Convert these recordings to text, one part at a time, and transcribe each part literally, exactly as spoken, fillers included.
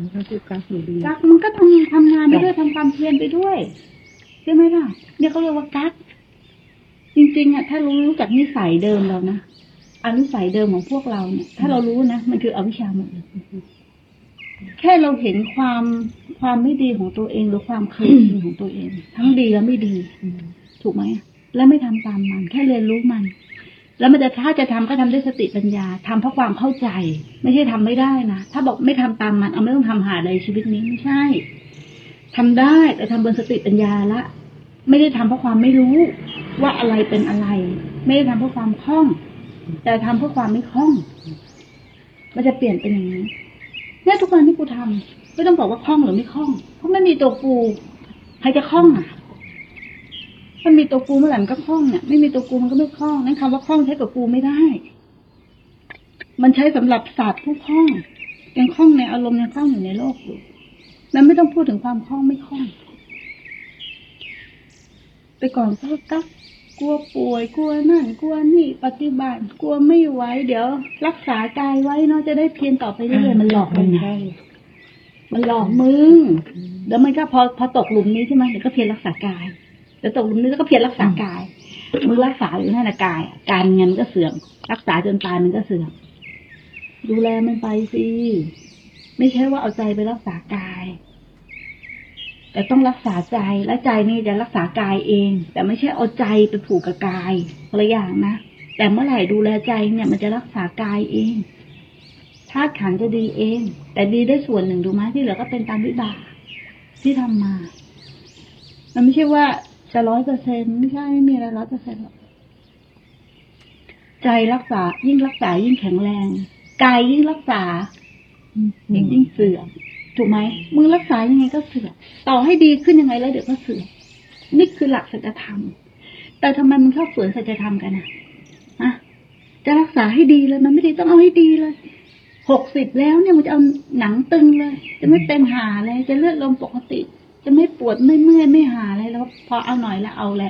ก็คือกักอยู่ดีกักมันก็ทำทำงานไปด้วยทำความเพียรไปด้วยใช่ไหมล่ะเนี่ยเขาเรียกว่ากักจริงๆอ่ะถ้ารู้รู้จักนิสัยเดิมเรานะอนิสัยเดิมของพวกเราเนี่ยถ้าเรารู้นะมันคืออวิชชาหมดแค่เราเห็นความความไม่ดีของตัวเองหรือความเคยชินของตัวเองทั้งดีและไม่ดีถูกไหมแล้วไม่ทำตามมันแค่เรียนรู้มันแล้วมันจะถ้าจะทำก็ทำด้วยสติปัญญาทำเพราะความเข้าใจไม่ใช่ทำไม่ได้นะถ้าบอกไม่ทำตามมันเอาไม่ต้องทำหาเลยชีวิตนี้ไม่ใช่ทำได้แต่ทำบนสติปัญญาละไม่ได้ทำเพราะความไม่รู้ว่าอะไรเป็นอะไรไม่ได้ทำเพราะความคล่องแต่ทำเพื่อความไม่คล่องมันจะเปลี่ยนเป็นอย่างนี้เนี่ยทุกวันที่กูทำไม่ต้องบอกว่าคล่องหรือไม่คล่องเพราะไม่มีตัวกูใครจะคล่องอ่ะถ้ามีตัวกูเมื่อไหร่มันก็คล่องเนี่ยไม่มีตัวกูมันก็ไม่คล่องนั่นคำว่าคล่องใช้กับกูไม่ได้มันใช้สำหรับสัตว์ผู้คล่องยังคล่องในอารมณ์ยังคล่องอยู่ในโลกอยู่มันไม่ต้องพูดถึงความคล่องไม่คล่องแต่ก่อนก็กักกลัวป่วยกลัวนั่นกลัวนี่ปฏิบัติกลัวไม่ไหวเดี๋ยวรักษากายไว้เนาะจะได้เพียรต่อไปเรื่อยๆมันหลอกมึงมันหลอกมึงเดี๋ยวมันก็พอพอตกหลุมนี้ใช่ไหมเดี๋ยวก็เพียรรักษากายเดี๋ยวตกหลุมนี้แล้วก็เพียรรักษากายมึงรักษาอยู่นั่นนะกายการเงินก็เสื่อมรักษาจนตายมันก็เสื่อมดูแลมันไปสิไม่ใช่ว่าเอาใจไปรักษากายแต่ต้องรักษาใจและใจนี่จะรักษากายเองแต่ไม่ใช่เอาใจไปผูกกับกายคนละอย่างนะแต่เมื่อไหร่ดูแลใจเนี่ยมันจะรักษากายเองธาตุขันธ์จะดีเองแต่ดีได้ส่วนหนึ่งดูไหมที่เหลือก็เป็นตามวิบากที่ทำมามันไม่ใช่ว่าจะร้อยเปอร์เซ็นต์ไม่ใช่ไม่มีอะไรร้อยเปอร์เซ็นต์หรอกใจรักษายิ่งรักษายิ่งแข็งแรงกายยิ่งรักษายิ่งเสื่อมถูกไหมมึงรักษายังไงก็เสื่อมต่อให้ดีขึ้นยังไงแล้วเดี๋ยวก็เสื่อมนี่คือหลักสัจธรรมแต่ทำไมมึงชอบฝืนสัจธรรมกันอ่ะอะจะรักษาให้ดีเลยมันไม่ได้ต้องเอาให้ดีเลยหกสิบแล้วเนี่ยมันจะเอาหนังตึงเลยจะไม่เป็นหาเลยจะเลือดลมปกติจะไม่ปวดไม่เมื่อยไม่หาอะไรแล้วพอเอาหน่อยแล้วเอาแล้ว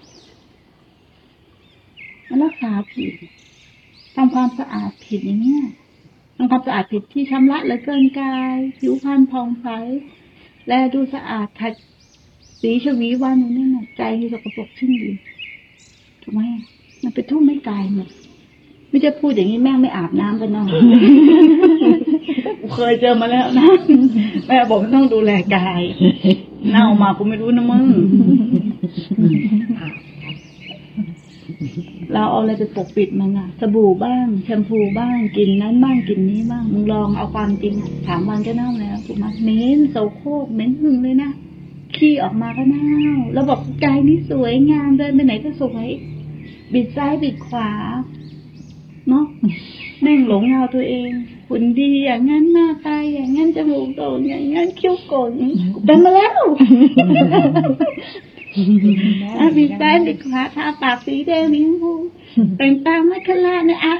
มันรักษาผิดทำความสะอาดผิดอย่างเงี้ยทำความสะอาดผิดที่ชำระเหลือเกินกายผิวพรรณผ่องใสและดูสะอาดขัดสีชวีวันนี่น่ะใจที่สกปรกชิ้นดีถูกไหมมันเป็นทุ่มไม่กายหมดไม่จะพูดอย่างนี้แม่ไม่อาบน้ำกันเนาะ เคยเจอมาแล้วนะแม่บอกต้องดูแลกายเน่ามากูไม่รู้นะมึงเราเอาอะไรไปปกปิดมันอ่ะสบู่บ้างแชมพูบ้างกินนั้นบ้างกินนี้บ้างมึงลองเอาความจริงอ่ะสามวันก็เน่าแล้วถูกไหมเหม็นโสโครกเหม็นหึงเลยนะขี้ออกมาก็เน่าแล้วบอกกายนี้สวยงามเดินไปไหนก็สวยบิดซ้ายบิดขวาเนาะแม่งหลงเอาตัวเองหุ่นดีอย่างงั้นหน้าตาอย่างงั้นจมูกโด่งอย่างงั้นคิ้วโก่งเป็นมาแล้วอ่ะบิดซ้ายบิดขวาทาปากสีแดงนิ้วหูเป็นตามมัคคลาเนี่ยอ่ะ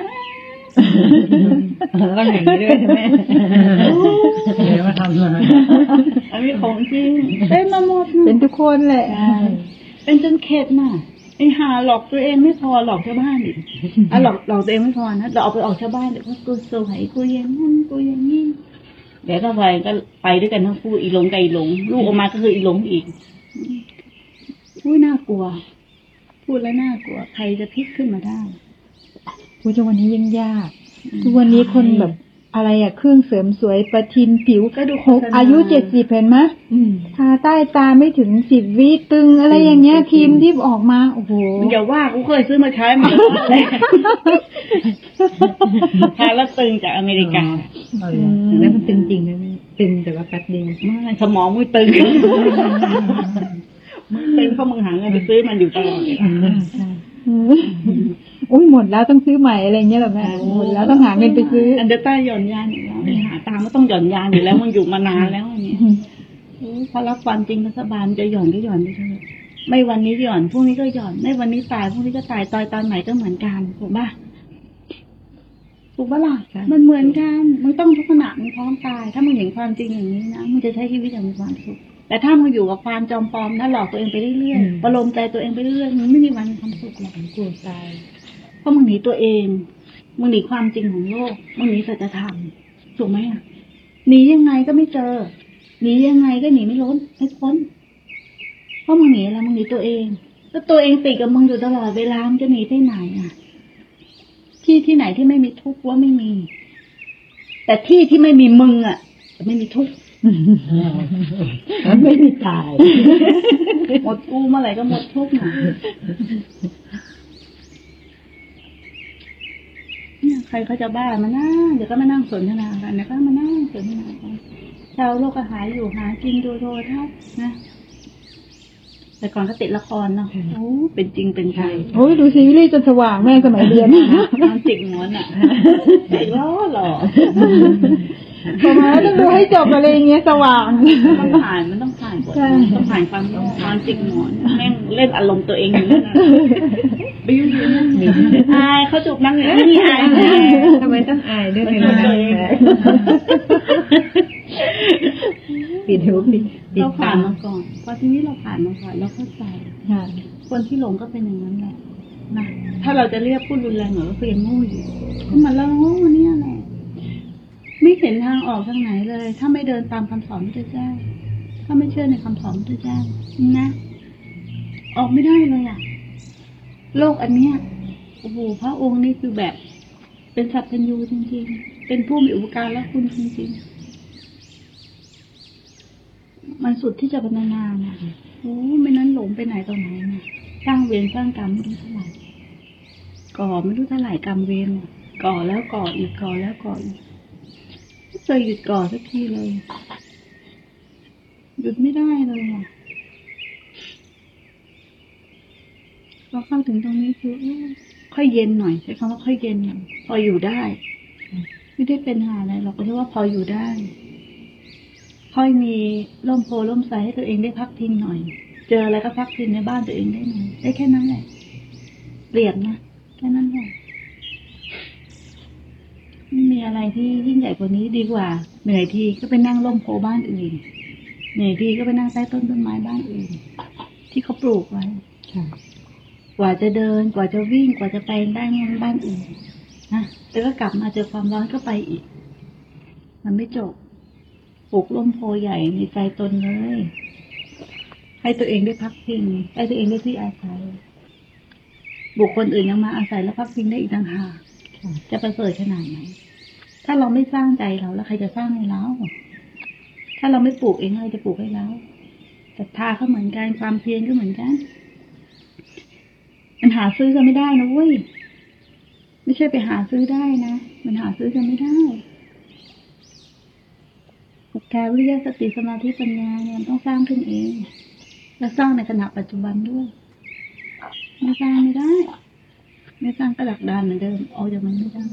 ก็อย่างนี้ด้วยใช่ไหมเดี๋ยวมาทำอะไรอันนี้ของจริงเป็นมาหมดเป็นทุกคนแหละเป็นจนเข็ดน่ะไอ้หาหลอกตัวเองไม่พอหลอกชาวบ้านอีกอ่ะหลอกหลอกตัวเองไม่พอนะหลอกไปออกชาวบ้านเดี๋ยวก็กูสวยกูอย่างนั้นกูอย่างนี้เดี๋ยวถ้าไปก็ไปด้วยกันทั้งคู่อีหลงกับอีหลงลูกออกมาก็คืออีหลงอีกอุ้ยน่ากลัวพูดแล้วน่ากลัวใครจะพลิกขึ้นมาได้พูดจนวันนี้ยิ่งยากทุกวันนี้คนแบบอะไรอะเครื่องเสริมสวยประทินผิวก็ดูหกอายุเจ็ดสิบเห็นไหมทาใต้ตาไม่ถึงสิบวิตึงอะไรอย่างเงี้ยครีมที่ออกมาโอ้โหอย่าว่ากูเคยซื้อมาใช้มาทาแล้วตึงจากอเมริกาแล้วมันตึงจริงนะตึงแต่ว่าแป๊บเดียวไม่สมองมึงตึงมึงตึงเพราะมึงหาเงินไปซื้อมันอยู่ตลอดโอ้ยหมดแล้วต้องซื้อใหม่อะไรเงี้ยหรอแม่หมดแล้วต้องหาเงินไปซื้ออันเดอร์ต้าหย่อนยานอยู่แล้วหาตามก็ต้องหย่อนยานอยู่แล้วมึงอยู่มานานแล้วเนี่ยพอรับความจริงรัฐบาลจะหย่อนก็หย่อนไปเถอะไม่วันนี้หย่อนพรุ่งนี้ก็หย่อนไม่วันนี้ตายพรุ่งนี้ก็ตายตายตอนไหนก็เหมือนกันถูกป่ะถูกป่ะล่ะมันเหมือนกันมึงต้องทุกขณะมึงพร้อมตายถ้ามึงเห็นความจริงอย่างนี้นะมึงจะใช้ชีวิตอย่างมีความสุขแต่ถ้ามึงอยู่กับความจอมปลอมนะหลอกตัวเองไปเรื่อยๆประโลมใจตัวเองไปเรื่อยๆมึงไม่มีวันมีความสุขหรอกกลัวตายเพราะมึงหนีตัวเองมึงหนีความจริงของโลกมึงหนีสัจธรรมถูกไหมอ่ะหนียังไงก็ไม่เจอหนียังไงก็หนีไม่ล้นไม่พ้นเพราะมึงหนีอะไรมึงหนีตัวเองแล้วตัวเองติดกับมึงอยู่ตลอดเวลามึงจะหนีไปไหนอ่ะที่ที่ไหนที่ไม่มีทุกข์ว่าไม่มีแต่ที่ที่ไม่มีมึงอ่ะจะไม่มีทุกข์ไม่มีตายหมดกูเมื่อไหร่ก็หมดทุกข์นะเนี่ยใครเขาจะบ้ามานั่งเดี๋ยวก็มานั่งสนทนากันเดี๋ยวก็มานั่งสนทนากันชาวโลกก็หายอยู่หากินดูโทรทัศน์นะแต่ก่อนก็ติดละครเนาะโอ้เป็นจริงเป็นใช่โอ้ยดูซีรีส์จนสว่างแม่สมัยเรียนนอนจิกหมอนอ่ะใจล้อหล่อพอมาต้องดูให้จบอะไรอย่างเงี้ยสว่างต้องผ่านมันต้องผ่านก่อนต้องผ่านความนอนจิกหมอนแม่งเล่นอารมณ์ตัวเองอยู่นั่นนะบิ้วอยู่นั่นอายเขาจูบนั่งอย่างนี้อายทำไมต้องอายด้วยเป็นตัวเองปิดหูปิดเราผ่านมาก่อนพอทีนี้เราผ่านมาก่อนเราเข้าใจคนที่หลงก็เป็นอย่างนั้นแหละนะถ้าเราจะเรียกพูดรุนแรงหน่อยก็คือยังโง่อยู่มันเราโง่เนี่ยแหละไม่เห็นทางออกทางไหนเลยถ้าไม่เดินตามคำสอนพระเจ้าถ้าไม่เชื่อในคำสอนพระเจ้านะออกไม่ได้เลยอ่ะโลกอันเนี้ยโอ้โหพระองค์นี่คือแบบเป็นสัพพัญญูจริงๆเป็นผู้มีอุปการและคุณจริงๆมันสุดที่จะบรรณานะโอ้ไม่นั้นหลงไปไหนต่อไหนนะสร้างเวรสร้างกรรมไม่รู้เท่าไหร่ก่อไม่รู้เท่าไหร่กรรมเวรก่อแล้วก่ออีกก่อแล้วก่ออีกไม่เคยหยุดก่อสักทีเลยหยุดไม่ได้เลยอ่ะพอเข้าถึงตรงนี้คือค่อยเย็นหน่อยใช้คำว่าค่อยเย็นหน่อยพออยู่ได้ไม่ได้เป็นหาอะไรหรอกก็แค่ว่าพออยู่ได้ค่อยมีร่มโพล่มไทรให้ตัวเองได้พักพิงหน่อยเจออะไรก็พักพิงในบ้านตัวเองได้หน่อยได้แค่นั้นแหละเปลี่ยนนะแค่นั้นแหละไม่มีอะไรที่ยิ่งใหญ่กว่านี้ดีกว่าเหนื่อยทีก็ไปนั่งร่มโพบ้านอื่นเหนื่อยทีก็ไปนั่งใต้ต้นต้นไม้บ้านอื่นที่เขาปลูกไว้กว่าจะเดินกว่าจะวิ่งกว่าจะไปได้งานบ้านอื่นนะแล้วก็กลับมาเจอความร้อนก็ไปอีกมันไม่จบปลูกร่มโพใหญ่มีใจตนเลยให้ตัวเองได้พักพิงให้ตัวเองได้ที่อาศัยบุคคลอื่นยังมาอาศัยและพักพิงได้อีกต่างหากจะประเสริฐขนาดไหนถ้าเราไม่สร้างใจเราแล้วใครจะสร้างให้เราถ้าเราไม่ปลูกเองใครจะปลูกให้เราศรัทธาก็เหมือนกันความเพียรก็เหมือนกันมันหาซื้อกันไม่ได้นะเว้ยไม่ใช่ไปหาซื้อได้นะมันหาซื้อกันไม่ได้แค่วิริยะสติสมาธิปัญญาเนี่ยต้องสร้างขึ้นเองและสร้างในขณะปัจจุบันด้วยไม่สร้างไม่ได้ไม่สร้างกระดักดานเหมือนเดิมเอาจากมันไม่ได้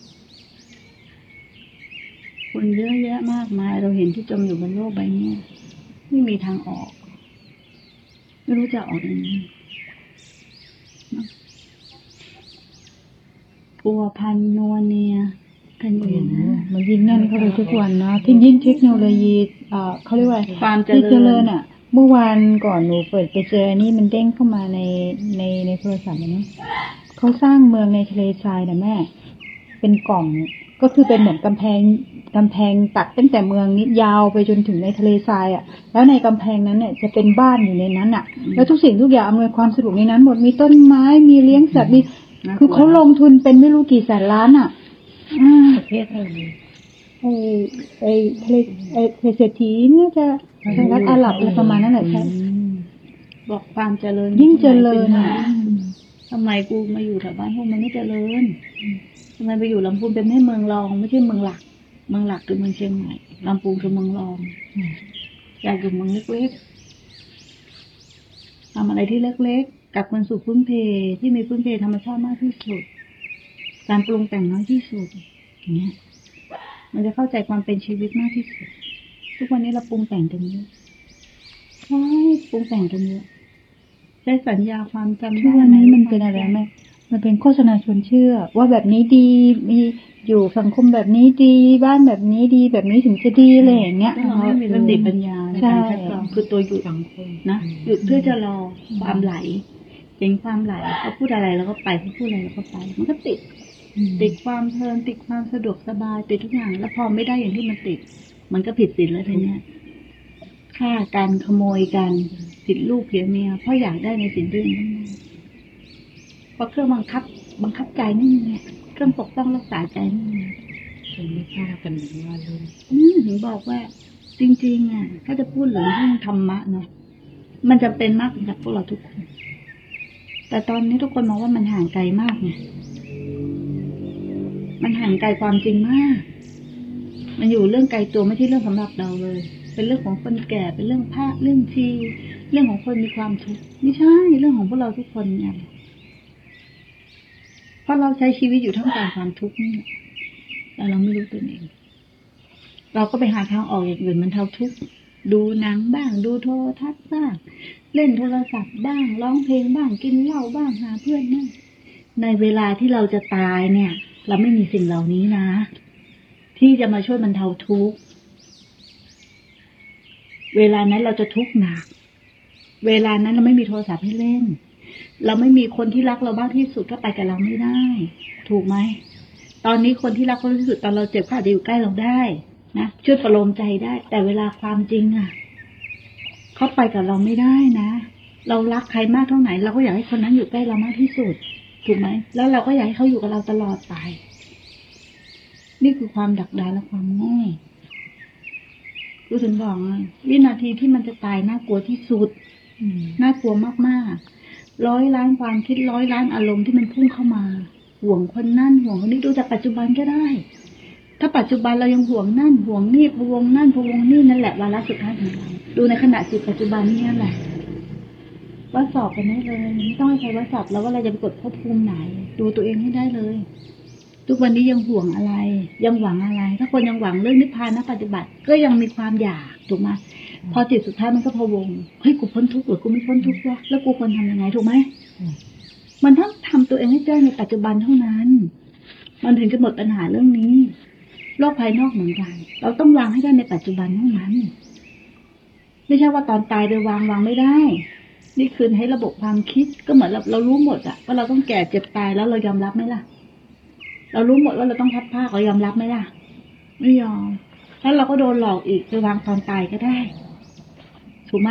คนเยอะแยะมากมายเราเห็นที่จมอยู่บนโลกใบนี้ไม่มีทางออกไม่รู้จะออกยังไงปัวพันนัวเนียกันอยู่นะมันยิ่งแน่นเข้าไปทุกวันนะที่ยิ่งเทคโนโลยีเอ่อเขาเรียกว่าความเจริญอ่ะเมื่อวานก่อนหนูเปิดไปเจอนี่มันเด้งเข้ามาในในในโทรศัพท์นะเขาสร้างเมืองในทะเลทรายนะแม่เป็นกล่องก็คือเป็นเหมือนกำแพงกำแพงตัดตั้งแต่เมืองนี้ยาวไปจนถึงในทะเลทรายอ่ะแล้วในกำแพงนั้นเนี่ยจะเป็นบ้านอยู่ในนั้นอ่ะแล้วทุกสิ่งทุกอย่างอำนวยความสะดวกในนั้นหมดมีต้นไม้มีเลี้ยงสัตว์มีคือเขาลงทุนเป็นไม่รู้กี่แสนล้านอ่ะประเทศไทยไอ้ไอ้ทะเลไอ้เศรษฐีเนี่ยจะสหรัฐอาหรับอะไรประมาณนั้นแหละใช่บอกความเจริญยิ่งเจริญอ่ะทำไมกูมาอยู่แถวบ้านพวกมันไม่เจริญทำไมไปอยู่ลำพูนเป็นแค่เมืองรองไม่ใช่เมืองหลักเมืองหลักคือเมืองเชียงใหม่ลำพูนคือเมืองรองอยากอยู่เมืองเล็กๆทำอะไรที่เล็กๆกลับมาสู่พื้นเพที่มีพื้นเพธรรมชาติมากที่สุดการปรุงแต่งน้อยที่สุดอย่างเงี้ยมันจะเข้าใจความเป็นชีวิตมากที่สุดทุกวันนี้เราปรุงแต่งกันเยอะใช่ปรุงแต่งกันเยอะใช้สัญญาความจำทุกวันนี้มันเป็นอะไรไหมมันเป็นโฆษณาชวนเชื่อว่าแบบนี้ดีมีอยู่สังคมแบบนี้ดีบ้านแบบนี้ดีแบบนี้ถึงจะดีอะไรอย่างเงี้ยเราไม่มีสติปัญญาในการคัดกรองคือตัวหยุดสังคมนะหยุดเพื่อจะรอความไหลเห็นความไหลเขาพูดอะไรแล้วก็ไปเขาพูดอะไรแล้วก็ไปมันก็ติดติดความเพลินติดความสะดวกสบายติดทุกอย่างแล้วพอไม่ได้อย่างที่มันติดมันก็ผิดศีลแล้วทีเนี้ยฆ่ากันขโมยกันผิดลูกผิดเมียเพราะอยากได้ในสิ่งที่มันไม่ได้เพราะเครื่องบังคับบังคับใจนี่ไงเครื่องปกป้องรักษาใจนี่ไงคนไม่ฆ่ากันหรือว่าเลยอืมถึงบอกว่า จริงๆอ่ะถ้าจะพูดถึงเรื่องธรรมะเนาะมันจะเป็นมากสำหรับพวกเราทุกคนแต่ตอนนี้ทุกคนมองว่ามันห่างไกลมากไงมันห่างไกลความจริงมากมันอยู่เรื่องไกลตัวไม่ใช่เรื่องสำหรับเราเลย เป็นเรื่องของคนแก่เป็นเรื่องพระเรื่องชีเรื่องของคนมีความทุกข์ไม่ใช่เรื่องของพวกเราทุกคนไงเพราะเราใช้ชีวิตอยู่ท่ามกลางความทุกข์นี่แต่เราไม่รู้ตัวเองเราก็ไปหาทางออกอย่างอื่นมันเท่าทุกข์ดูหนังบ้างดูโทรทัศน์บ้างเล่นโทรศัพท์บ้างร้องเพลงบ้างกินเหล้าบ้างหาเพื่อนบ้างในเวลาที่เราจะตายเนี่ยเราไม่มีสิ่งเหล่านี้นะที่จะมาช่วยบรรเทาทุกข์เวลานั้นเราจะทุกข์หนักเวลานั้นเราไม่มีโทรศัพท์ให้เล่นเราไม่มีคนที่รักเราบ้างที่สุดก็ไปกับเราไม่ได้ถูกไหมตอนนี้คนที่รักเราที่สุดตอนเราเจ็บเขาอาจจะอยู่ใกล้เราได้นะช่วยประโลมใจได้แต่เวลาความจริงอ่ะเขาไปกับเราไม่ได้นะเรารักใครมากเท่าไหนเราก็อยากให้คนนั้นอยู่ใกล้เรามากที่สุดถูกไหมแล้วเราก็อยากให้เขาอยู่กับเราตลอดไปนี่คือความดักดานและความโง่กูถึงบอกไงวินาทีที่มันจะตายน่ากลัวที่สุดน่ากลัวมากๆร้อยล้านความคิดร้อยล้านอารมณ์ที่มันพุ่งเข้ามาห่วงคนนั่นห่วงคนนี้ดูจากปัจจุบันก็ได้ถ้าปัจจุบันเรายังห่วงนั่นห่วงนี่พะวงนั่นพะวงนี่นั่นแหละวาระสุดท้ายของเราดูในขณะจิตปัจจุบันนี่แหละว่าสอบกันได้เลยไม่ต้องให้ใครว่าสอบแล้วว่าเราจะไปกดภพภูมิไหนดูตัวเองให้ได้เลยทุกวันนี้ยังห่วงอะไรยังหวังอะไรถ้าคนยังหวังเรื่องนิพพานนะปฏิบัติก็ยังมีความอยากถูกไหมพอจิตสุดท้ายมันก็พะวงเฮ้ยกูพ้นทุกข์หรือกูไม่พ้นทุกข์วะแล้วกูควรทำยังไงถูกไหมมันต้องทำตัวเองให้แจ้งในปัจจุบันเท่านั้นมันถึงจะหมดปัญหาเรื่องนี้โลกภายนอกเหมือนกันเราต้องวางให้ได้ในปัจจุบันเท่านั้นไม่ใช่ว่าตอนตายไปวางวางไม่ได้นี่คืนให้ระบบความคิดก็เหมือนเราเรารู้หมดอะว่าเราต้องแก่เจ็บตายแล้วเรายอมรับไหมล่ะเรารู้หมดว่าเราต้องพัดผ้าเรายอมรับไหมล่ะไม่ยอมแล้วเราก็โดนหลอกอีกจะวางตอนตายก็ได้ถูกไหม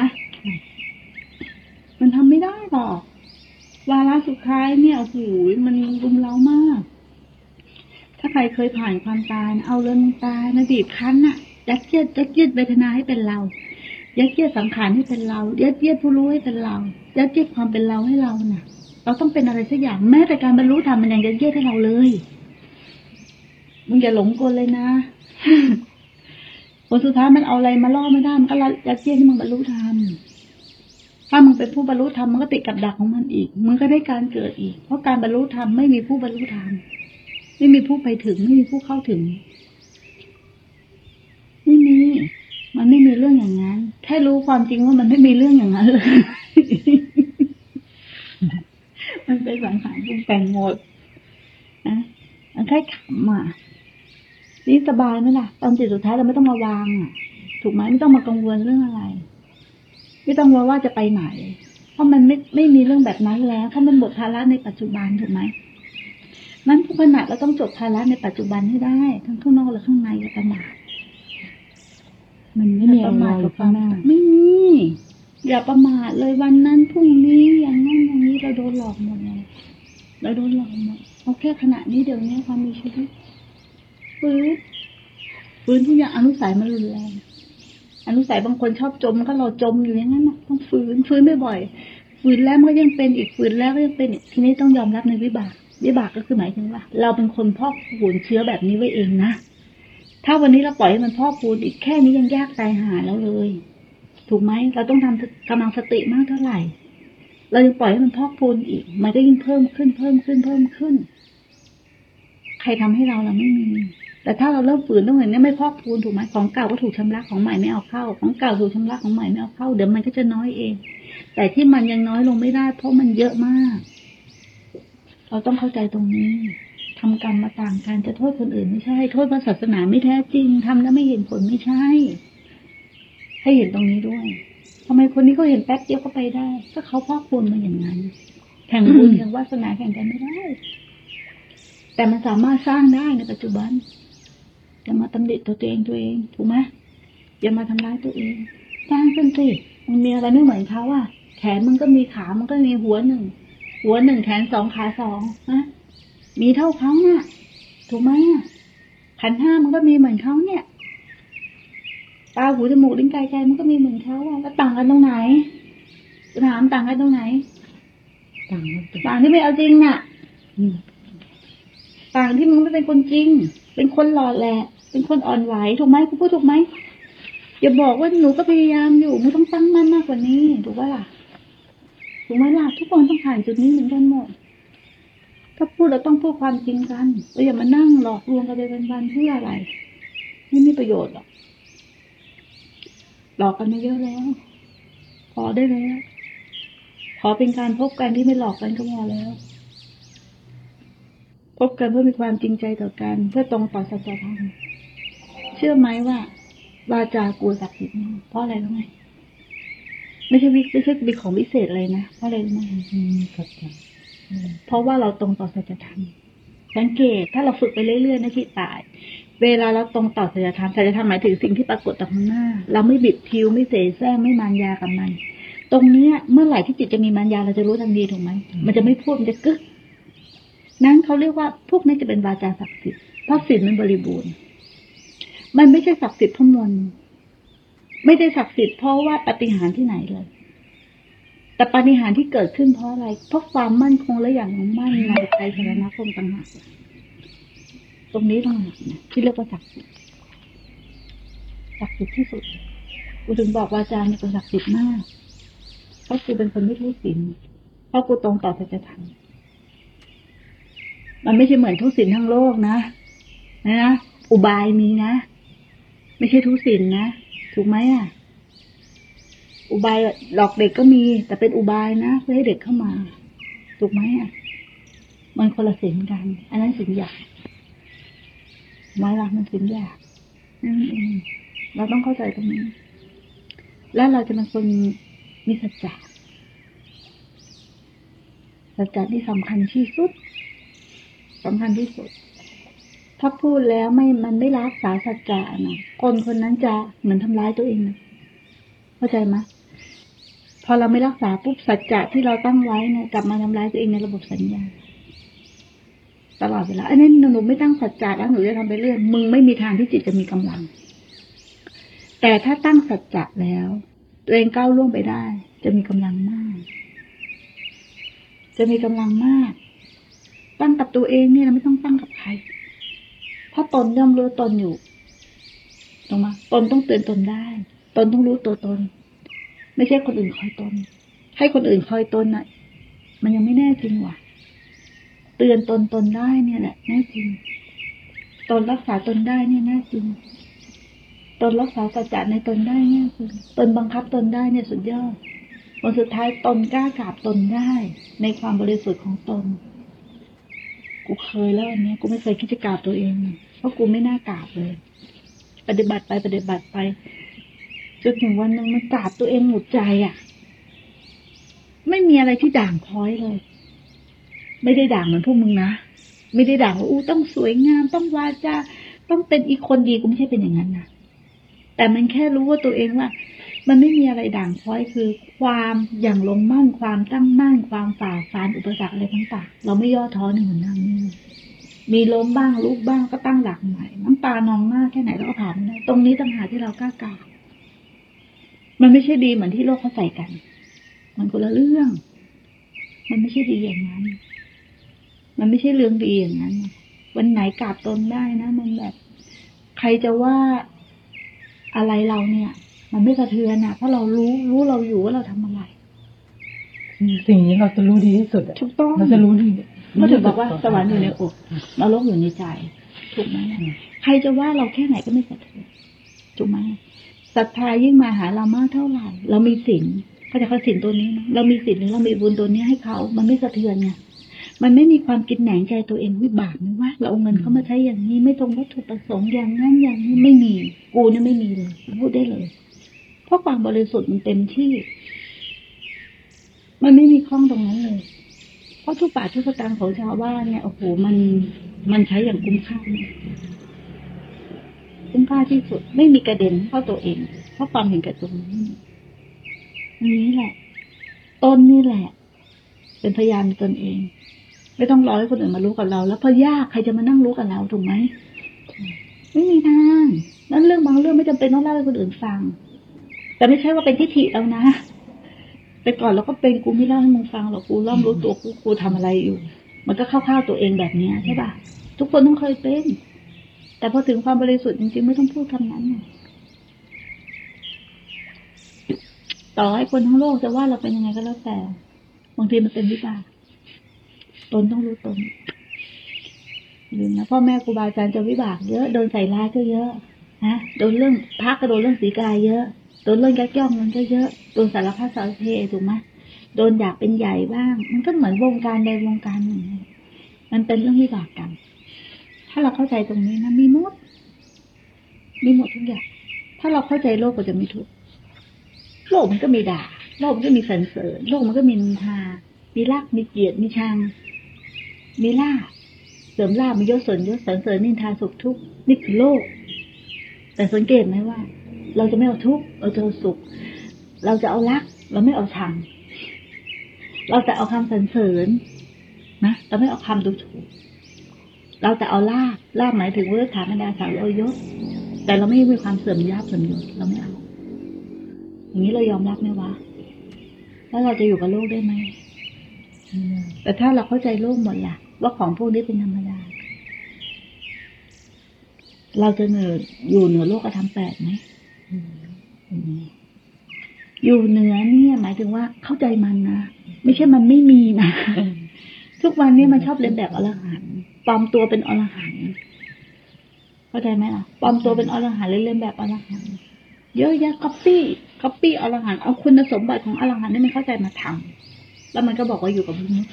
มันทำไม่ได้หรอกวาระสุดท้ายเนี่ยโอ้โหมันรุมเร้ามากถ้าใครเคยผ่านความตายเอาเรื่องตายมาบีบคั้นน่ะยัดเยียดยัดเยียดเวทนาให้เป็นเรายัดเยียดสังขารให้เป็นเรายัดเยียดผู้รู้ให้เป็นเรายัดเยียดความเป็นเราให้เราน่ะเราต้องเป็นอะไรสักอย่างแม้แต่การบรรลุธรรมมันยังยัดเยียดให้เราเลยมึงอย่าหลงกลเลยนะผลสุดท้ายมันเอาอะไรมาล่อไม่ได้มันก็ยัดเยียดให้มึงบรรลุธรรมถ้ามึงเป็นผู้บรรลุธรรมมันก็ติดกับดักของมันอีกมึงก็ได้การเกิดอีกเพราะการบรรลุธรรมไม่มีผู้บรรลุธรรมไม่มีผู้ไปถึงไม่มีผู้เข้าถึงไม่มีมันไม่มีเรื่องอย่างนั้นแค่รู้ความจริงว่ามันไม่มีเรื่องอย่างนั้นเลย มันเป็นสังขารปรุงแต่งหมดนะมันแค่ขำอ่ะนี่สบายไหมล่ะตอนจิตสุดท้ายเราไม่ต้องมาวางอ่ะถูกไหมไม่ต้องมากังวลเรื่องอะไรไม่ต้องว่าว่าจะไปไหนเพราะมันไม่ไม่มีเรื่องแบบนั้นแล้วเพราะมันหมดภาระในปัจจุบันถูกไหมนั้นทุกขณะเราต้องจบภาระในปัจจุบันให้ได้ทั้งข้างนอกและข้างในอย่าประมาทมันไม่มีอะไรข้างหน้าไม่มีอย่าประมาทเลยวันนั้นพรุ่งนี้อย่างนั้นอย่างนี้เราโดนหลอกหมดเลยเราโดนหลอกหมดเอาแค่ขณะนี้เดี๋ยวนี้ความมีชีวิตฟื้นฟื้นทุกอย่างอนุสัยมันรุนแรงอนุสัยบางคนชอบจมก็เราจมอยู่อย่างนั้นนะต้องฟื้นฟื้นบ่อยๆฟื้นแล้วมันก็ยังเป็นอีกฟื้นแล้วก็ยังเป็นอีกทีนี้ต้องยอมรับในวิบากวิบากก็คือหมายถึงว่าเราเป็นคนพอกพูนเชื้อแบบนี้ไว้เองนะถ้าวันนี้เราปล่อยให้มันพอกพูนอีกแค่นี้ยังยากตายหาแล้วเลยถูกไหมเราต้องทำกำลังสติมากเท่าไหร่เรายังปล่อยให้มันพอกพูนอีกมันก็ยิ่งเพิ่มขึ้นเพิ่มขึ้นเพิ่มขึ้นใครทำให้เราเราไม่มีแต่ถ้าเราเริ่มฝืนต้องเห็นเนี่ยไม่พอกพูนถูกไหมของเก่าก็ถูกชำระของใหม่ไม่เอาเข้าของเก่าถูกชำระของใหม่ไม่เอาเข้าเดี๋ยวมันก็จะน้อยเองแต่ที่มันยังน้อยลงไม่ได้เพราะมันเยอะมากเราต้องเข้าใจตรงนี้ทำกรรมมาต่างกันจะโทษคนอื่นไม่ใช่โทษพระศาสนาไม่แท้จริงทำแล้วไม่เห็นผลไม่ใช่ให้เห็นตรงนี้ด้วยทำไมคนนี้เขาเห็นแป๊บเดียวก็ไปได้ก็เขาพอกพูนมาอย่างนั้นแข่งบุญแข่งวาสนาแข่งกันไม่ได้แต่มันสามารถสร้างได้ในปัจจุบันจะมาตำหนิตัวเองตัวเองถูกไหมอย่ามาทำร้ายตัวเองสร้างขึ้นสิมันมีอะไรไม่เหมือนเขาอ่ะแขนมันก็มีขามันก็มีหัวหนึ่งหัวหนึ่งแขนสองขาสองนะมีเท่าเขาเนี่ยถูกไหมอ่ะขันธ์ห้ามันก็มีเหมือนเขาเนี่ยตาหูจมูกลิ้นกายใจมันก็มีเหมือนเขาอ่ะแล้วต่างกันตรงไหนถามต่างกันตรงไหนต่างกันต่างที่ไม่เอาจริงอ่ะต่างที่มึงไม่เป็นคนจริงเป็นคนหล่อแหละเป็นคนอ่อนไหวถูกไหมกูพูดถูกไหมอย่าบอกว่าหนูก็พยายามอยู่มึงต้องตั้งมั่นมากกว่านี้ถูกป่ะล่ะถูกไหมล่ะทุกคนต้องผ่านจุดนี้เหมือนกันหมดถ้าพูดเราต้องพูดความจริงกันเราอย่ามานั่งหลอกลวงกันไปวันๆเพื่ออะไรไม่มีประโยชน์หรอกหลอกกันมาเยอะแล้วพอได้แล้วขอเป็นการพบกันที่ไม่หลอกกันก็พอแล้วพบกันเพื่อมีความจริงใจต่อกันเพื่อตรงต่อสัจธรรมเชื่อไหมว่าวาจากูศักดิ์สิทธิ์เพราะอะไรรู้ไหมไม่ใช่วิไม่ใช่เป็นของพิเศษเลยนะเพราะอะไรรู้ไหมเพราะว่าเราตรงต่อสัจธรรมสังเกตถ้าเราฝึกไปเรื่อยๆนะที่ตายเวลาเราตรงต่อสัจธรรมสัจธรรมหมายถึงสิ่งที่ปรากฏต่อข้างหน้าเราไม่บิดทิวไม่เสแสร้งไม่มารยากับมันตรงนี้เมื่อไหร่ที่จิตจะมีมารยาเราจะรู้ทันทีถูกไหมมันจะไม่พูดมันจะกึกนั้นเขาเรียกว่าพวกนี้จะเป็นวาจาศักดิ์สิทธิ์เพราะศีลมันบริบูรณ์มันไม่ใช่ศักดิ์สิทธิ์เพราะมนต์ไม่ได้ศักดิ์สิทธิ์เพราะว่าปาฏิหาริย์ที่ไหนเลยแต่ปาฏิหาริย์ที่เกิดขึ้นเพราะอะไรเพราะความมั่นคงและอย่างมั่นในใจสรณคมต่างหากตรงนี้ต่างหากนะที่เรียกว่าศักดิ์สิทธิ์ศักดิ์สิทธิ์ที่สุดกูถึงบอกวาจาเนี่ยเป็นศักดิ์สิทธิ์มากเพราะกูเป็นคนไม่รู้ศีลเพราะกูตรงต่อสัจธรรมมันไม่ใช่เหมือนทุกศีลทั้งโลกนะนะอุบายมีนะไม่ใช่ทุกศีลนะถูกไหมอ่ะอุบายหลอกเด็กก็มีแต่เป็นอุบายนะเพื่อให้เด็กเข้ามาถูกไหมอ่ะมันคนละศีลกันอันนั้นศีลหยาบไม้ละมันศีลหยาบนั่นเองเราต้องเข้าใจตรงนี้แล้วเราจะเป็นคนมีสัจจะสัจจะที่สำคัญที่สุดสำคัญที่สุดถ้าพูดแล้วไม่มันไม่รักษาสัจจะนะคนคนนั้นจะเหมือนทำร้ายตัวเองนะเข้าใจไหมพอเราไม่รักษาปุ๊บสัจจะที่เราตั้งไว้เนี่ยกลับมาทำร้ายตัวเองในระบบสัญญาตลอดเวลาอันนี้หนูไม่ตั้งสัจจะแล้วหนูจะทำไปเรื่อยมึงไม่มีทางที่จิตจะมีกำลังแต่ถ้าตั้งสัจจะแล้วตัวเองก้าวล่วงไปได้จะมีกำลังมากจะมีกำลังมากตั้งกับตัวเองเนี่ยเราไม่ต้องตั้งกับใครเพราะตนย่อมรู้ตนอยู่ถูกไหมตนต้องเตือนตนได้ตนต้องรู้ตัวตนไม่ใช่คนอื่นคอยตนให้คนอื่นคอยตนน่ะมันยังไม่แน่จริงว่ะเตือนตนตนได้เนี่ยแหละแน่จริงตนรักษาตนได้เนี่ยแน่จริงตนรักษาสัจจะในตนได้เนี่ยคือตนบังคับตนได้เนี่ยสุดยอดวันสุดท้ายตนกล้ากราบตนได้ในความบริสุทธิ์ของตนกูเคยแล้วอันนี้กูไม่เคยคิดจะกราบตัวเองเพราะกูไม่น่ากราบเลยปฏิบัติไปปฏิบัติไปจนถึงวันนึงมันกราบตัวเองหมดใจอ่ะไม่มีอะไรที่ด่างพร้อยเลยไม่ได้ด่างเหมือนพวกมึงนะไม่ได้ด่างว่าอู้ต้องสวยงามต้องวาจาต้องเป็นอีกคนดีกูไม่ใช่เป็นอย่างนั้นนะแต่มันแค่รู้ว่าตัวเองว่ามันไม่มีอะไรด่างพร้อยคือความอย่างลงมั่นความตั้งมั่นความฝ่าฟันอุปสรรคอะไรต่างๆเราไม่ย่อท้อในหัวหน้านี้มีล้มบ้างลุกบ้างก็ตั้งหลักใหม่น้ำตานองมากแค่ไหนเราก็ผ่านได้ตรงนี้ต่างหากที่เรากล้ากล่าวมันไม่ใช่ดีเหมือนที่โลกเขาใส่กันมันคนละเรื่องมันไม่ใช่ดีอย่างนั้นมันไม่ใช่เรื่องดีอย่างนั้นวันไหนกราบตนได้นะมันแบบใครจะว่าอะไรเราเนี่ยมันไม่สะเทือนอ่ะเพราะเรารู้รู้เราอยู่ว่าเราทำอะไรสิ่งนี้เราจะรู้ดีที่สุดถูกต้องเราจะรู้ดีก็ถึงบอกว่าสวรรค์อยู่ในอกนรกอยู่ในใจถูกไหมใครจะว่าเราแค่ไหนก็ไม่สะเทือนถูกไหมศรัทธายิ่งมาหาเรามากเท่าไหร่เรามีศีลเขาจะเขาศีลตัวนี้นะเรามีศีลหรือเรามีบุญตัวนี้ให้เขามันไม่สะเทือนไงมันไม่มีความกินแหนงใจตัวเองวิบากไม่ว่าเราเอาเงินเขามาใช้อย่างนี้ไม่ตรงวัตถุประสงค์อย่างนั้นอย่างนี้ไม่มีกูเนี่ยไม่มีเลยพูดได้เลยเพราะความบริสุทธิ์มันเต็มที่มันไม่มีข้องตรงนั้นเลยเพราะทุกบาททุกสตางค์ของชาวบ้านเนี่ยโอ้โหมันมันใช้อย่างคุ้มค่าคุ้มค่าที่สุดไม่มีกระเด็นเข้าตัวเองเพราะความเห็นแก่ตัวนี้นี่แหละตนนี่แหละเป็นพยานตนเองไม่ต้องรอให้คนอื่นมารู้กับเราแล้วพอยากใครจะมานั่งรู้กับเราถูกไหมไม่มีทางนั้นเรื่องบางเรื่องไม่จำเป็นต้องเล่าให้คนอื่นฟังแต่ไม่ใช่ว่าเป็นทิฏฐิแล้วนะแต่ก่อนเราก็เป็นกูไม่เล่าให้มึงฟังหรอกกูร่ำรู้ตัวกูกูทำอะไรอยู่มันก็เข้าๆตัวเองแบบเนี้ยใช่ป่ะทุกคนต้องเคยเป็นแต่พอถึงความบริสุทธิ์จริงๆไม่ต้องพูดคำนั้นต่อให้คนทั้งโลกจะว่าเราเป็นยังไงก็แล้วแต่บางทีมันเป็นวิบากตนต้องรู้ตนลืมนะพ่อแม่ครูบาอาจารย์จะวิบากเยอะโดนใส่ร้ายก็เยอะนะโดนเรื่องพระก็โดนเรื่องสีกายเยอะโดนเรื่องยักยอกเงินก็เยอะโดนสารพัดสารเพถูกไหมโดนอยากเป็นใหญ่บ้างมันก็เหมือนวงการใดวงการหนึ่งมันเป็นเรื่องวิบากกรรมถ้าเราเข้าใจตรงนี้นะมีหมดมีหมดทุกอย่างถ้าเราเข้าใจโลกก็จะไม่ทุกข์โลกมันก็มีด่าโลกมันก็มีสรรเสริญโลกมันก็มีนินทามีรักมีเกลียดมีชังมีลาภเสริมลาภมียศสนยศสรรเสริญนินทาสุขทุกข์นี่คือโลกแต่สังเกตไหมว่าเราจะไม่เอาทุกข์เราจะเอาสุขเราจะเอารักเราไม่เอาชังเราจะเอาคำสรรเสริญนะเราไม่เอาคำดูถูกเราจะเอาลาภลาภหมายถึงว่าฐานบรรดาศักดิ์เอายศแต่เราไม่มีความเสื่อมยศเสื่อมยศเราไม่เอาอย่างนี้เรายอมรับไหมวะแล้วเราจะอยู่กับโลกได้ไหมแต่ถ้าเราเข้าใจโลกหมดล่ะว่าของพวกนี้เป็นธรรมดาเราจะเหนืออยู่เหนือโลกธรรมแปดไหมอยู่เหนือเนี่ยหมายถึงว่าเข้าใจมันนะไม่ใช่มันไม่มีนะทุกวันนี้มันชอบเลียนแบบอรหันต์ปลอมตัวเป็นอรหันต์เข้าใจไหมล่ะปลอมตัวเป็นอรหันต์เลียนแบบอรหันต์เยอะแยะก๊อปปี้ก๊อปปี้อรหันต์เอาคุณสมบัติของอรหันต์นี่ไม่เข้าใจมาทำแล้วมันก็บอกว่าอยู่กับมนุษย์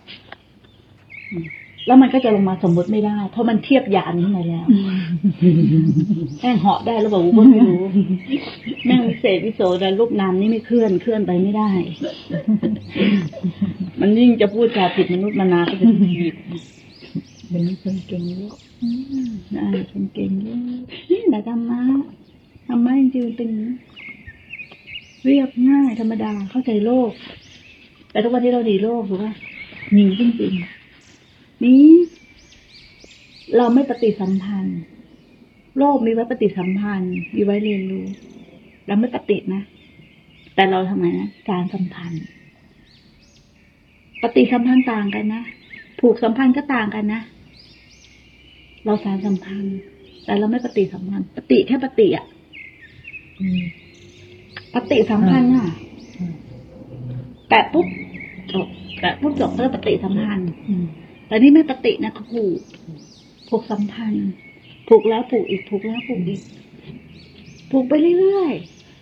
แล้วมันก็จะลงมาสมมติไม่ได้เพราะมันเทียบยานนี้มาแล้วแม่งเหาะได้แล้วบอกว่าไม่รู้แม่งวิเศษวิโสแต่รูปนามนี่ไม่เคลื่อนเคลื่อนไปไม่ได้มันยิ่งจะพูดจาผิดมนุษย์มนาก็จะผิดเป็นคนเก่งเยอะอ่าคนเก่งเยอะนี่แต่ธรรมะธรรมะจริงๆเป็นเรียบง่ายธรรมดาเข้าใจโลกแต่ทุกวันที่เราดีโลกถูกป่ะมีจริงๆนี้เราไม่ปฏิสัมพันธ์โลกมีไว้ปฏิสัมพันธ์มีไว้เรียนรู้เราไม่ปฏินะแต่เราทำไงนะการสัมพันธ์ปฏิสัมพันธ์ต่างกันนะผูกสัมพันธ์ก็ต่างกันนะเราสารสัมพันธ์แต่เราไม่ปฏิสัมพันธ์ปฏิแค่ปฏิอ่ะปฏิสัมพันธ์อ่ะแต่ปุ๊บจบแต่ปุ๊บจบเรื่องปฏิสัมพันธ์แต่นี่ไม่ปฏินะเขาผูกผูกสัมพันธ์ผูกแล้วผูกอีกผูกแล้วผูกอีกผูกไปเรื่อย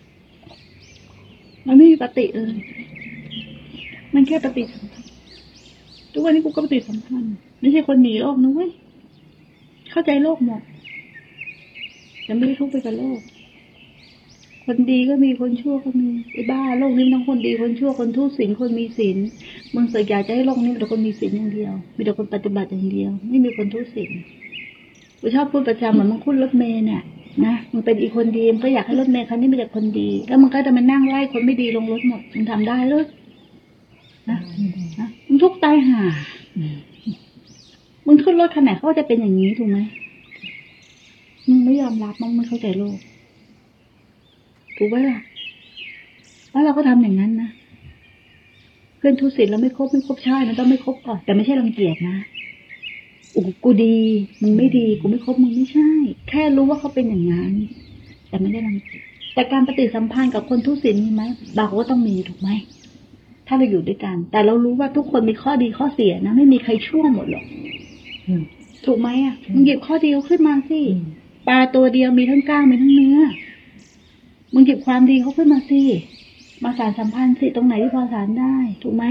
ๆมันไม่มีปฏิเลยมันแค่ปฏิสัมพันธ์ทุกวันนี้กูก็ปฏิสัมพันธ์ไม่ใช่คนหนีโลกนะเว้ยเข้าใจโลกหมดแต่ไม่ได้ทุกข์ไปกับโลกคนดีก็มีคนชั่วก็มีไอ้บ้าโลกนี้ทั้งคนดีคนชั่วคนทุศีลคนมีศีลมึงเสกอยากจะให้โลกนี้มีแต่คนมีศีลอย่างเดียวมีแต่คนปฏิบัติอย่างเดียวไม่มีคนทุศีลกูชอบพูดประจำเหมือนมึงขึ้นรถเมล์เนี่ยนะมึงเป็นอีกคนดีมึงก็อยากให้รถเมล์คันนี้มีแต่คนดีแล้วมึงก็จะมานั่งไล่คนไม่ดีลงรถหมดมึงทำได้หรือนะนะมึงทุกข์ตายห่ามึงขึ้นรถคันไหนเขาจะเป็นอย่างนี้ถูกไหมมึงไม่ยอมรับมึงไม่เข้าใจโลกถูกไหมล่ะแล้วเราก็ทำอย่างนั้นนะเพื่อนทุศีลเราไม่คบไม่คบใช่มันต้องไม่คบก่อนแต่ไม่ใช่รังเกียจนะโอ้กูดีมึงไม่ดีกูไม่คบมึงไม่ใช่แค่รู้ว่าเขาเป็นอย่างนั้นแต่ไม่ได้รังเกียจแต่การปฏิสัมพันธ์กับคนทุศีลมีไหมบอกว่าต้องมีถูกไหมถ้าเราอยู่ด้วยกันแต่เรารู้ว่าทุกคนมีข้อดีข้อเสียนะไม่มีใครชั่วหมดหรอกถูกไหมอ่ะมึงหยิบข้อดีขึ้นมาสิปลาตัวเดียวมีทั้งก้างมีทั้งเนื้อมึงหยิบความดีเขาขึ้นมาสิมาสานสัมพันธ์สิตรงไหนที่พอสานได้ถูกไหม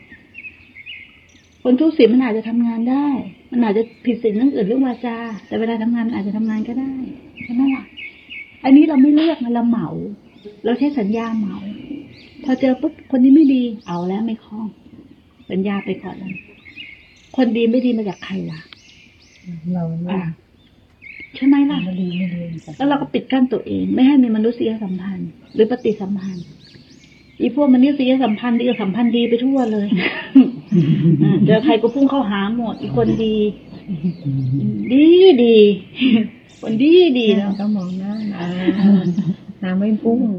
คนทุศีลมันอาจจะทำงานได้มันอาจจะผิดศีลเรื่องอื่นเรื่องวาจาแต่เวลาทำงานอาจจะทำงานก็ได้ใช่ไหมล่ะอันนี้เราไม่เลือกนะเราเหมาเราใช้สัญญาเหมาพอเจอปุ๊บคนนี้ไม่ดีเอาแล้วไม่คล้องสัญญาไปก่อนแล้วคนดีไม่ดีมาจากใครล่ะเราอ่ะใช่ไหมล่ะไม่ดีไม่ดีแล้วเราก็ปิดกั้นตัวเองไม่ให้มีมนุษยสัมพันธ์หรือปฏิสัมพันธ์อีพวกมนุษยสัมพันธ์ดีกับสัมพันธ์ดีไปทั่วเลยเจอใครก็พุ่งเข้าหาหมดอีคนดีดีดีคนดีดีแล้วก็มองหน้านะน้ำไม่พุ่ง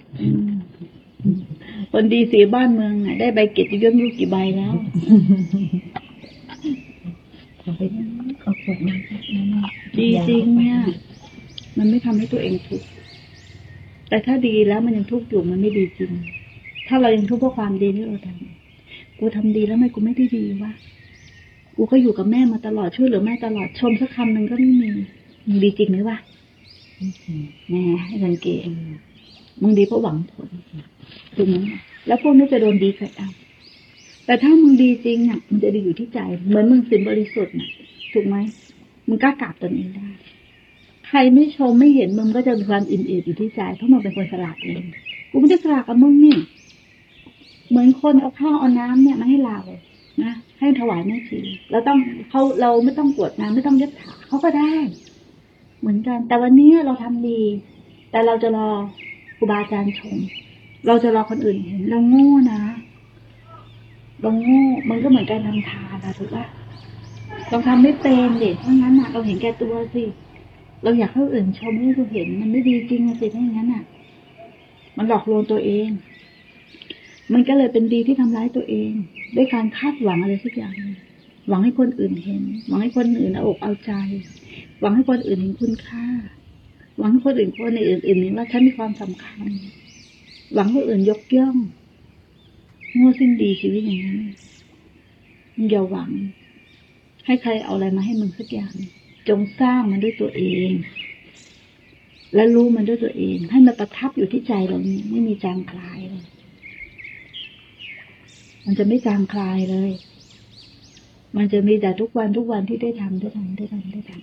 คนดีเสียบ้านเมืองได้ใบเกียรติยศไม่รู้กี่ใบแล้วเขาไปเขาปวดมากดีจริงเนี่ยมันไม่ทำให้ตัวเองทุกข์แต่ถ้าดีแล้วมันยังทุกข์อยู่มันไม่ดีจริงถ้าเรายังทุกข์เพราะความดีที่เราทำกูทำดีแล้วทำไมกูไม่ได้ดีวะกูก็อยู่กับแม่มาตลอดช่วยเหลือแม่ตลอดชมสักคำหนึ่งก็ไม่มีมึงดีจริงไหมวะแหมให้สังเกตมึงดีเพราะหวังผลถูกไหมแล้วพวกนี้จะโดนดีใครเอาแต่ถ้ามึงดีจริงอ่ะมันจะดีอยู่ที่ใจเหมือนมึงศีลบริสุทธิ์น่ะถูกไหมมึงกล้ากราบตนเองได้ใครไม่ชมไม่เห็นมึงก็จะมีความอิ่มเอิบอยู่ที่ใจเพราะมึงเป็นคนสละเองกูไม่ได้สละกับมึงนี่เหมือนคนเอาข้าวเอาน้ำเนี่ยมาให้เรานะให้ถวายแม่ชีเราต้องเขาเราไม่ต้องกรวดน้ำไม่ต้องยัดถาเขาก็ได้เหมือนกันแต่วันนี้เราทำดีแต่เราจะรอครูบาอาจารย์ชมเราจะรอคนอื่นเห็นเราโง่นะเราโง่มันก็เหมือนการทำทานนะถูกปะเราทำไม่เป็นเด็กเพราะงั้นน่ะเราเห็นแก่ตัวสิเราอยากให้คนอื่นชมให้เราเห็นมันไม่ดีจริงสิถ้าอย่างนั้นน่ะมันหลอกลวงตัวเองมันก็เลยเป็นดีที่ทำร้ายตัวเองด้วยการคาดหวังอะไรสักอย่างหวังให้คนอื่นเห็นหวังให้คนอื่นเอาอกเอาใจหวังให้คนอื่นเห็นคุณค่าหวังให้คนอื่นคนอื่นอื่นเห็นว่าฉันมีความสำคัญหวังให้คนอื่นยกย่องโง่สิ้นดีชีวิตอย่างนั้นมึงอย่าหวังให้ใครเอาอะไรมาให้มึงสักอย่างจงสร้างมันด้วยตัวเองและรู้มันด้วยตัวเองให้มันประทับอยู่ที่ใจเราเนี่ยไม่มีจางคลายเลยมันจะไม่จางคลายเลยมันจะมีแต่ทุกวันทุกวันที่ได้ทำได้ทำได้ทำได้ทำ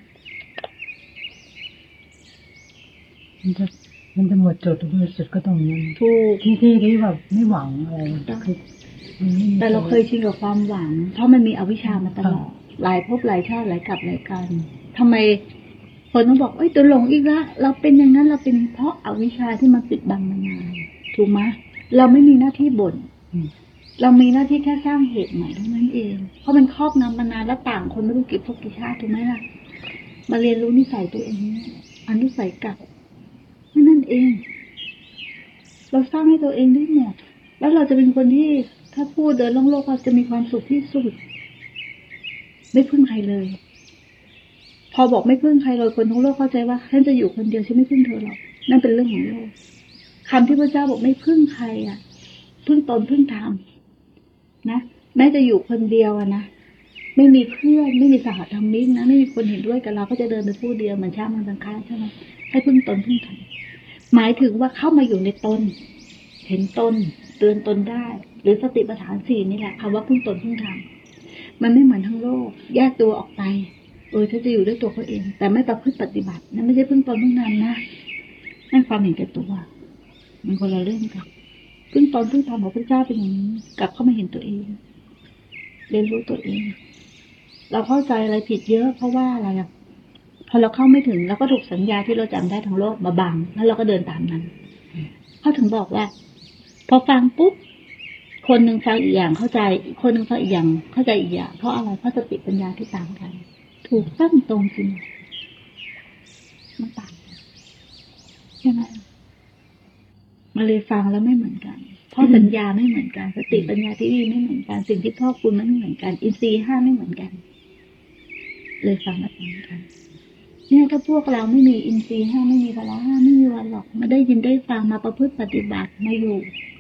มันจะมันจะหมดจดบริสุทธิ์ก็ตรงนั้นถูกที่ที่ที่แบบไม่หวังอะไรคือแต่เราเคยชินกับความหวังเพราะมันมีอวิชชามาตลอดหลายภพหลายชาติหลายกับหลายกันทำไมคนต้องบอกเอ้ยตัวหลงอีกละเราเป็นอย่างนั้นเราเป็นเพราะอวิชชาที่มันปิดบังมานานถูกไหมเราไม่มีหน้าที่บ่นเรามีหน้าที่แค่สร้างเหตุใหม่เท่านั้นเองเพราะมันครอบงำมานานแล้วต่างคนไม่รู้กี่ภพกี่ชาติถูกไหมล่ะมาเรียนรู้นิสัยตัวเองอนุสัยกับนั่นเองเราสร้างให้ตัวเองได้หมดแล้วเราจะเป็นคนที่ถ้าพูดเดินล่องโลกเราจะมีความสุขที่สุดไม่พึ่งใครเลยพอบอกไม่พึ่งใครเลยคนทั้งโลกเข้าใจว่าฉันจะอยู่คนเดียวฉันไม่พึ่งเธอหรอกนั่นเป็นเรื่องของโลกคำที่พระเจ้าบอกไม่พึ่งใครอ่ะพึ่งตนพึ่งธรรมนะแม้จะอยู่คนเดียวอะนะไม่มีเพื่อนไม่มีสหธรรมิกนะไม่มีคนเห็นด้วยกับเราก็จะเดินไปผู้เดียวเหมือนช้างมันสังฆาใช่ไหมให้พึ่งตนพึ่งธรรมหมายถึงว่าเข้ามาอยู่ในตนเห็นตนเตือนตนได้หรือสติปัฏฐานสี่นี่แหละคำว่าพึ่งตนพึ่งธรรมมันไม่เหมือนทั้งโลกแยกตัวออกไปเออถ้าจะอยู่ด้วยตัวเขาเองแต่ไม่ประพฤติปฏิบัตินั่นไม่ใช่พึ่งตนพึ่งธรรมนะนั่นความเห็นแก่ตัวมันคนละเรื่องกันพึ่งตนพึ่งธรรมของพระเจ้าเป็นอย่างนี้กลับเข้ามาเห็นตัวเองเรียนรู้ตัวเองเราเข้าใจอะไรผิดเยอะเพราะว่าอะไรอ่ะพอเราเข้าไม่ถึงเราก็ถูกสัญญาที่เราจำได้ทั้งโลกมาบังแล้วเราก็เดินตามนั้นเขาถึงบอกว่าพอฟังปุ๊บคนหนึ่งฟังอีกอย่างเข้าใจอีกคนหนึ่งฟังอีกอย่างเข้าใจอีกอย่างเพราะอะไรเพราะสติปัญญาที่ต่างกันถูกตั้งตรงจริงมันต่างใช่ไหมมาเลยฟังแล้วไม่เหมือนกันเพราะสัญญาไม่เหมือนกันสติปัญญาที่ดีไม่เหมือนกันสิ่งที่พ่อคุณไม่เหมือนกันอินทรีย์ห้าไม่เหมือนกันเลยฟังแบบนี้กันเนี่ยถ้าพวกเราไม่มีอินทรีย์ห้าไม่มีพละห้าไม่มีวันหรอกมาได้ยินได้ฟังมาประพฤติปฏิบัติมาอยู่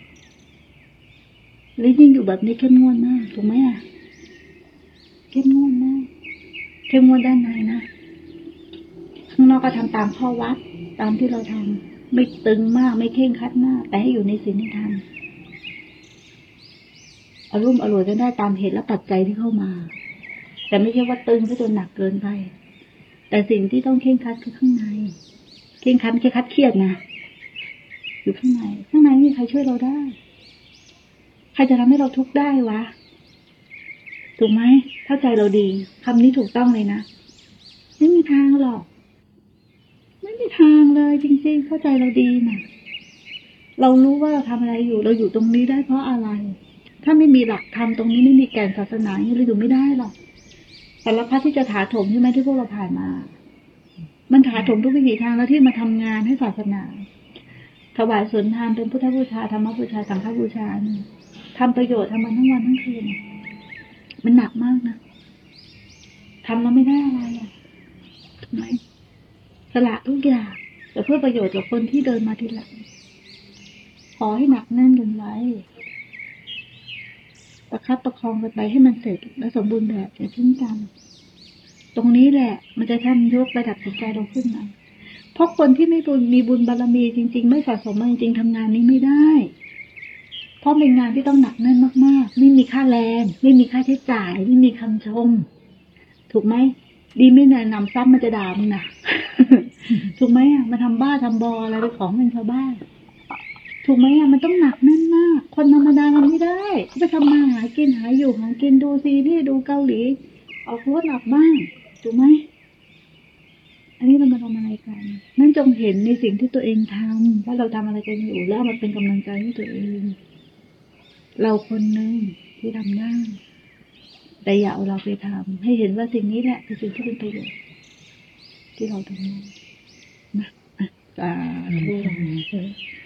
หรือยิ่งอยู่แบบนี้เข้มงวดมากถูกไหมอ่ะเข้มงวดมากเข้มงวดด้านในนะข้างนอกก็ทำตามข้อวัดตามที่เราทำไม่ตึงมากไม่เคร่งครัดมากแต่ให้อยู่ในศีลในธรรมอารมณ์อร่อยกันได้ตามเหตุและปัจจัยที่เข้ามาแต่ไม่ใช่ว่าตึงจนหนักเกินไปแต่สิ่งที่ต้องเคร่งครัดคือข้างในเคร่งครัดไม่ใช่คัดเครียดนะอยู่ข้างในข้างในไม่มีใครช่วยเราได้ใครจะทำให้เราทุกข์ได้วะถูกไหมถ้าใจเราดีคำนี้ถูกต้องเลยนะไม่มีทางหรอกมีทางเลยจริงๆเข้าใจเราดีนะเรารู้ว่าเราทำอะไรอยู่เราอยู่ตรงนี้ได้เพราะอะไรถ้าไม่มีหลักธรรมตรงนี้ไม่มีแก่นศาสนาเราอยู่ไม่ได้หรอกสารพัดที่จะถาโถมใช่ไหมที่พวกเราผ่านมามันถาโถมทุกวิถีทางแล้วที่มาทำงานให้ศาสนาถวายส่วนทานเป็นพุทธบูชาธรรมบูชาสังฆบูชาทำประโยชน์ทำมันทั้งวันทั้งคืนมันหนักมากนะทำแล้วไม่ได้อะไรอ่ะถูกไหมสละทุกอย่างแต่เพื่อประโยชน์กับคนที่เดินมาทีหลังขอให้หนักแน่นกันไว้ประคับประคองกันไปให้มันเสร็จและสมบูรณ์แบบอย่าทิ้งกันตรงนี้แหละมันจะทำยกระดับจิตใจเราขึ้นมาเพราะคนที่ไม่บุญมีบุญบารมีจริงๆไม่สะสมมาจริงๆทำงานนี้ไม่ได้เพราะเป็นงานที่ต้องหนักแน่นมากๆไม่มีค่าแรงไม่มีค่าใช้จ่ายไม่มีคำชมถูกไหมดีไม่แนะนำซ้ำมันจะด่ามึงนะ ถูกไหมอ่ะมาทำบ้าทำบออะไรไปของเป็นชาวบ้านถูกไหมอ่ะมันต้องหนักแน่นมากคนธรรมดามันไม่ได้เขาไปทำมาหากินหาอยู่หากินดูซีรีส์ดูเกาหลีออกรถหลับบ้างถูกไหมอันนี้เรามาทำอะไรกันนั่นจงเห็นในสิ่งที่ตัวเองทำว่าเราทำอะไรกันอยู่แล้วมันเป็นกำลังใจให้ตัวเองเราคนหนึ่งที่ทำได้แต่อย่าเอาเราไปทำให้เห็นว่าสิ่งนี้แหละคือสิ่งที่เป็นประโยชน์ที่เราทำนะสาธุ